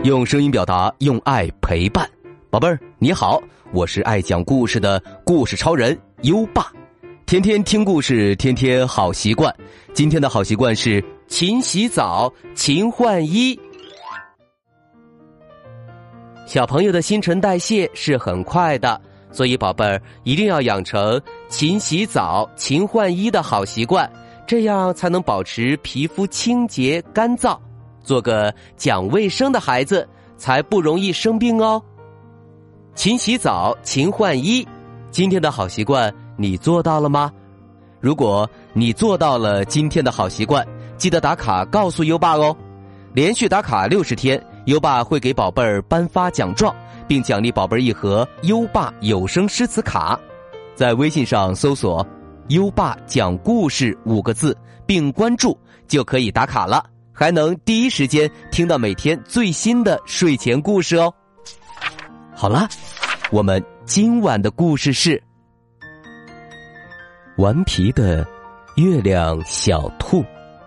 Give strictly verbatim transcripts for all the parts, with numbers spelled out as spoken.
用声音表达，用爱陪伴。宝贝儿，你好，我是爱讲故事的故事超人优爸。天天听故事，天天好习惯。今天的好习惯是勤洗澡，勤换衣。小朋友的新陈代谢是很快的，所以宝贝儿一定要养成勤洗澡、勤换衣的好习惯，这样才能保持皮肤清洁干燥，做个讲卫生的孩子，才不容易生病哦。勤洗澡，勤换衣，今天的好习惯你做到了吗？如果你做到了今天的好习惯，记得打卡告诉优爸哦。连续打卡六十天，优爸会给宝贝儿颁发奖状，并奖励宝贝儿一盒优爸有声诗词卡。在微信上搜索优爸讲故事五个字并关注，就可以打卡了，还能第一时间听到每天最新的睡前故事哦。好了，我们今晚的故事是顽皮的月亮小兔。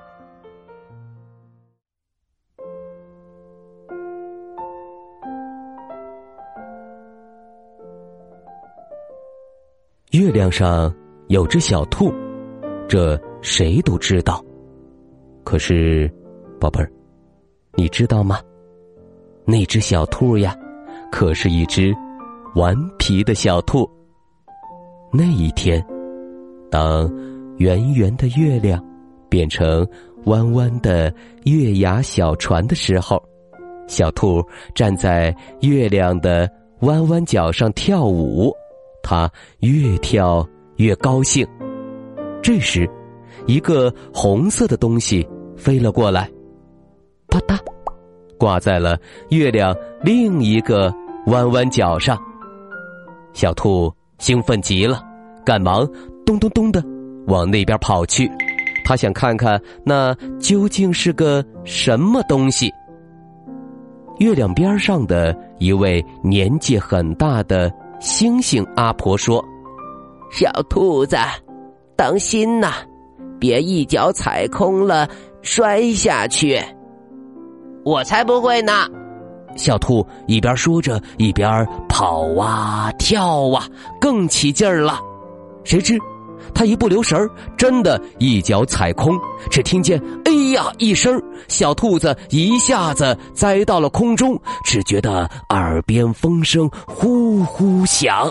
月亮上有只小兔，这谁都知道。可是，宝贝儿，你知道吗？那只小兔呀，可是一只顽皮的小兔。那一天，当圆圆的月亮变成弯弯的月牙小船的时候，小兔站在月亮的弯弯角上跳舞，它越跳越高兴。这时，一个红色的东西飞了过来，啪嗒，挂在了月亮另一个弯弯角上。小兔兴奋极了，赶忙咚咚咚的往那边跑去。他想看看那究竟是个什么东西。月亮边上的一位年纪很大的猩猩阿婆说：“ 小兔子，当心呐，别一脚踩空了摔下去。”我才不会呢！ 小兔一边说着，一边跑啊跳啊，更起劲儿了。谁知他一不留神儿，真的一脚踩空，只听见哎呀一声，小兔子一下子栽到了空中，只觉得耳边风声呼呼响。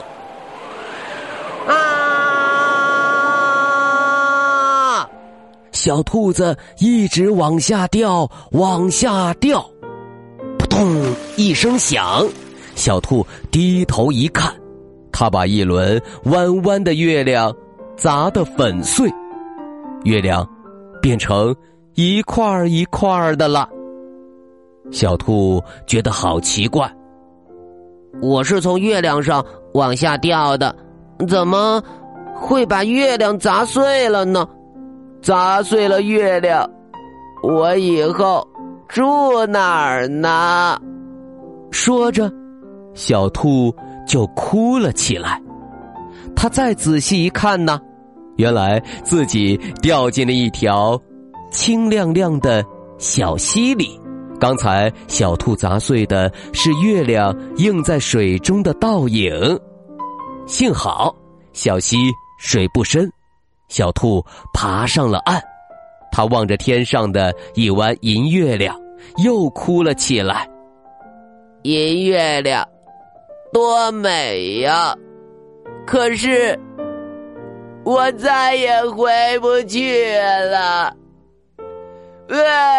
啊！ 小兔子一直往下掉，往下掉，扑通一声响，小兔低头一看，他把一轮弯弯的月亮砸得粉碎，月亮变成一块一块的了。小兔觉得好奇怪， 我是从月亮上往下掉的，怎么会把月亮砸碎了呢？砸碎了月亮，我以后住哪儿呢？ 说着，小兔就哭了起来。他再仔细一看呢，原来自己掉进了一条清亮亮的小溪里。刚才小兔砸碎的是月亮映在水中的倒影。幸好小溪水不深，小兔爬上了岸。他望着天上的一弯银月亮，又哭了起来。 银月亮多美呀！可是我再也回不去了。啊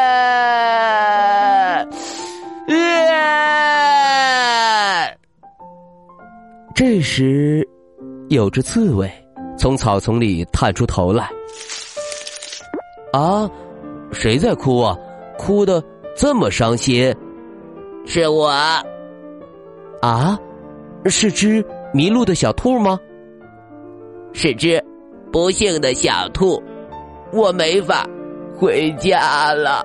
啊！ 这时，有只刺猬从草丛里探出头来。啊，谁在哭啊？哭得这么伤心？ 是我。 啊，是只迷路的小兔吗？ 是只不幸的小兔，我没法回家了。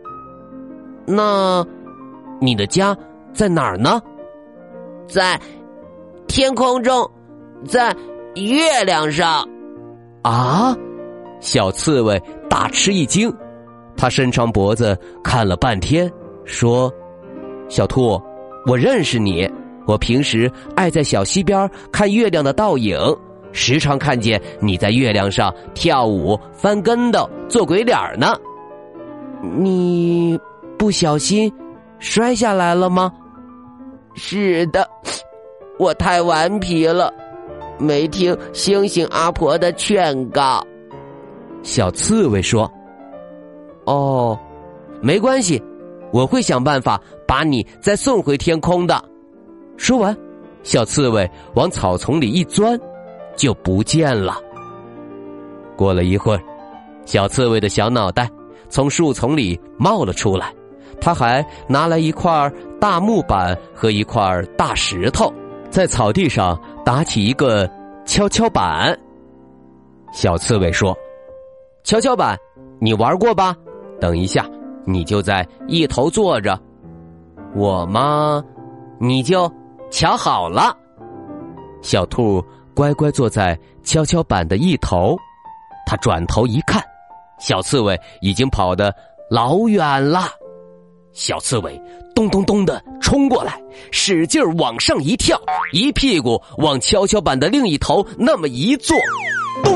那你的家在哪儿呢？ 在天空中，在月亮上。 啊！小刺猬大吃一惊，他伸长脖子看了半天，说：“ 小兔，我认识你，我平时爱在小溪边看月亮的倒影，时常看见你在月亮上跳舞、翻跟斗、做鬼脸呢。 你不小心摔下来了吗？是的，我太顽皮了，没听星星阿婆的劝告。 小刺猬说：哦，没关系，我会想办法把你再送回天空的。说完，小刺猬往草丛里一钻，就不见了。过了一会儿，小刺猬的小脑袋从树丛里冒了出来，他还拿来一块大木板和一块大石头，在草地上打起一个跷跷板。小刺猬说：跷跷板你玩过吧？等一下你就在一头坐着，我嘛，你就瞧好了。小兔乖乖坐在跷跷板的一头，他转头一看，小刺猬已经跑得老远了。小刺猬咚咚咚地冲过来，使劲往上一跳，一屁股往跷跷板的另一头那么一坐，咚！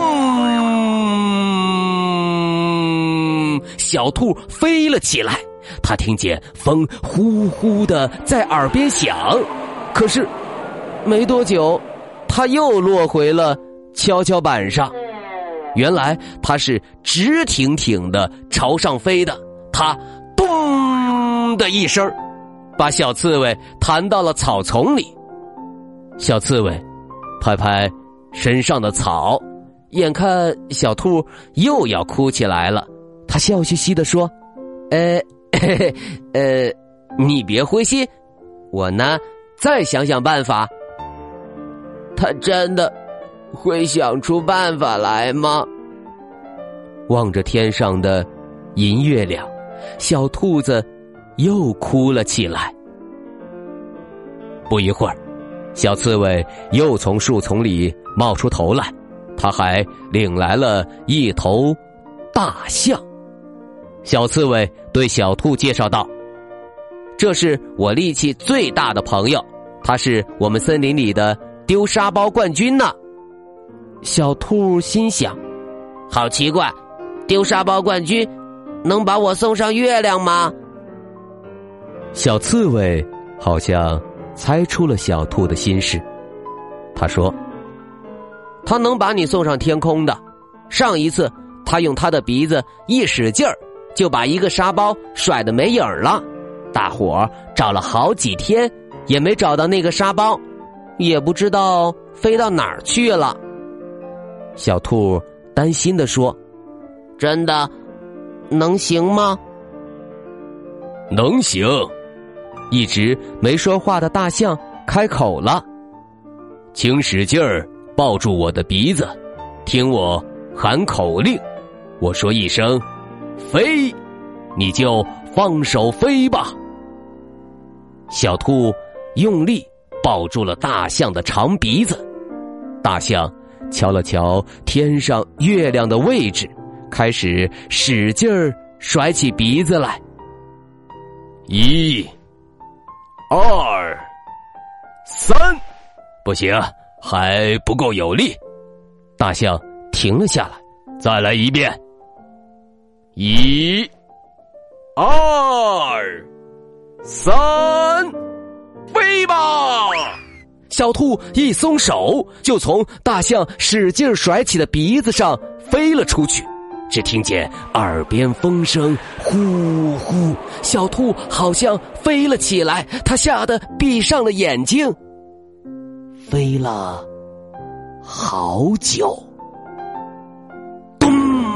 小兔飞了起来，他听见风呼呼地在耳边响，可是没多久他又落回了跷跷板上。原来他是直挺挺的朝上飞的，他咚的一声把小刺猬弹到了草丛里。小刺猬拍拍身上的草，眼看小兔又要哭起来了，他笑嘻嘻地说：呃嘿嘿呃你别灰心，我呢再想想办法。 他真的会想出办法来吗？ 望着天上的银月亮，小兔子又哭了起来。不一会儿，小刺猬又从树丛里冒出头来，他还领来了一头大象。小刺猬对小兔介绍道：这是我力气最大的朋友，他是我们森林里的丢沙包冠军呢。小兔心想： 好奇怪，丢沙包冠军能把我送上月亮吗？ 小刺猬好像猜出了小兔的心事，他说：他能把你送上天空的，上一次他用他的鼻子一使劲儿，就把一个沙包甩得没影儿了，大伙儿找了好几天也没找到那个沙包，也不知道飞到哪儿去了。小兔担心地说： 真的能行吗？ 能行。一直没说话的大象开口了：请使劲儿抱住我的鼻子，听我喊口令，我说一声飞，你就放手飞吧。小兔用力抱住了大象的长鼻子，大象瞧了瞧天上月亮的位置，开始使劲儿甩起鼻子来。一、二、三，不行，还不够有力。大象停了下来，再来一遍。一、二、三，飞吧！小兔一松手，就从大象使劲甩起的鼻子上飞了出去。只听见耳边风声呼呼，小兔好像飞了起来，它吓得闭上了眼睛。飞了好久，咚！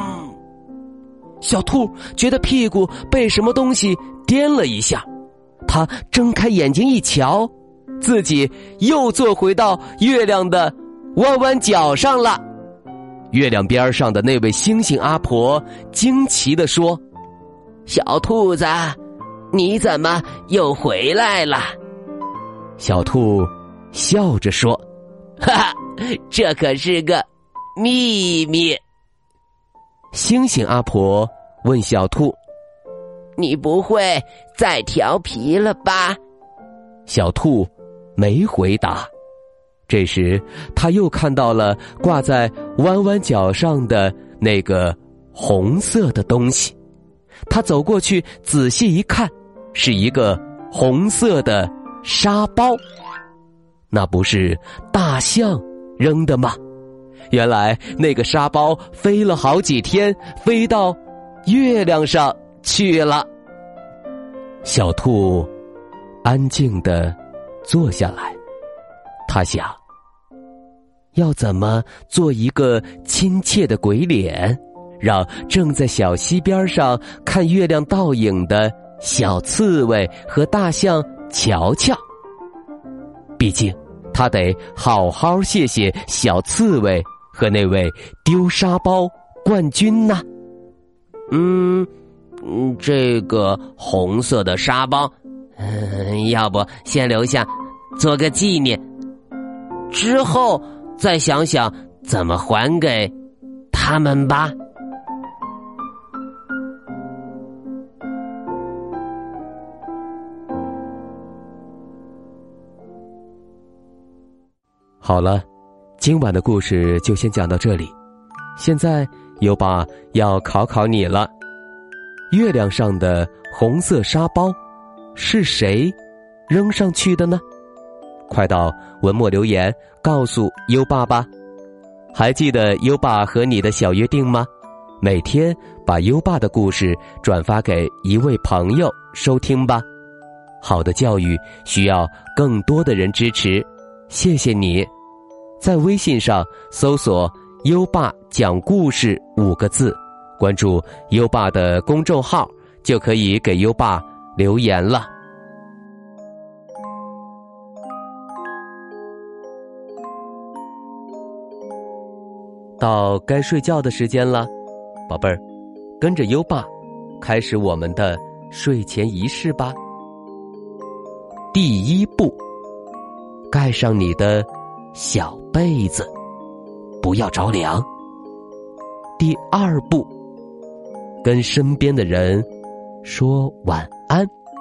小兔觉得屁股被什么东西颠了一下，它睁开眼睛一瞧，自己又坐回到月亮的弯弯角上了。月亮边上的那位星星阿婆惊奇地说： 小兔子，你怎么又回来了？ 小兔笑着说： 哈哈，这可是个秘密。 星星阿婆问小兔： 你不会再调皮了吧？ 小兔没回答。这时，他又看到了挂在弯弯角上的那个红色的东西。他走过去仔细一看，是一个红色的沙包。那不是大象扔的吗？原来那个沙包飞了好几天，飞到月亮上去了。小兔安静地坐下来，他想，要怎么做一个亲切的鬼脸，让正在小溪边上看月亮倒影的小刺猬和大象瞧瞧。毕竟他得好好谢谢小刺猬和那位丢沙包冠军呢。 嗯，这个红色的沙包，嗯，要不先留下做个纪念，之后再想想怎么还给他们吧。 好了，今晚的故事就先讲到这里。现在优爸要考考你了，月亮上的红色沙包是谁扔上去的呢？快到文末留言告诉优爸吧。还记得优爸和你的小约定吗？每天把优爸的故事转发给一位朋友收听吧。好的教育需要更多的人支持，谢谢你。在微信上搜索优爸讲故事五个字，关注优爸的公众号，就可以给优爸留言了。到该睡觉的时间了，宝贝儿，跟着优爸开始我们的睡前仪式吧。第一步，盖上你的小被子，不要着凉。第二步，跟身边的人说晚安。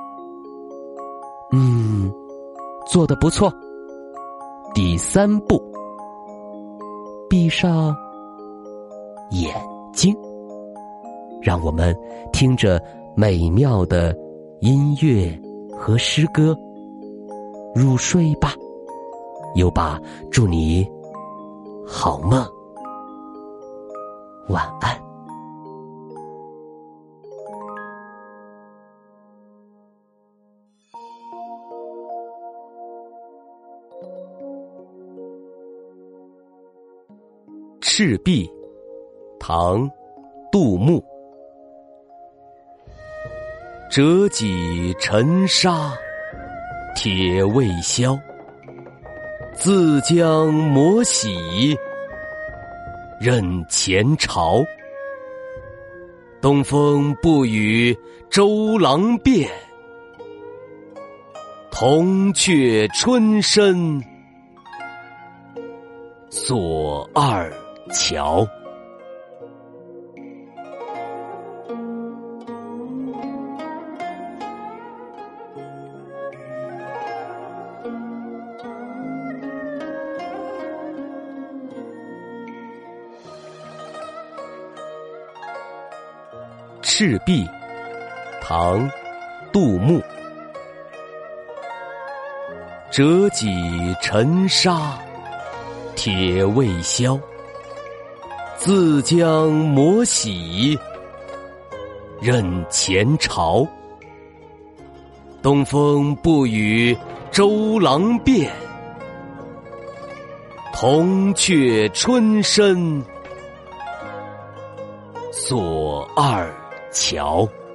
嗯，做得不错。第三步，闭上眼睛，让我们听着美妙的音乐和诗歌入睡吧。优爸祝你好梦，晚安。赤壁，唐，杜牧。折戟沉沙，铁未销。自将磨洗，任前朝。东风不与周郎便，铜雀春深锁二乔。赤壁，唐，杜牧。折戟沉沙，铁未销。自将磨洗，任前朝。东风不与周郎便，铜雀春深锁二乔。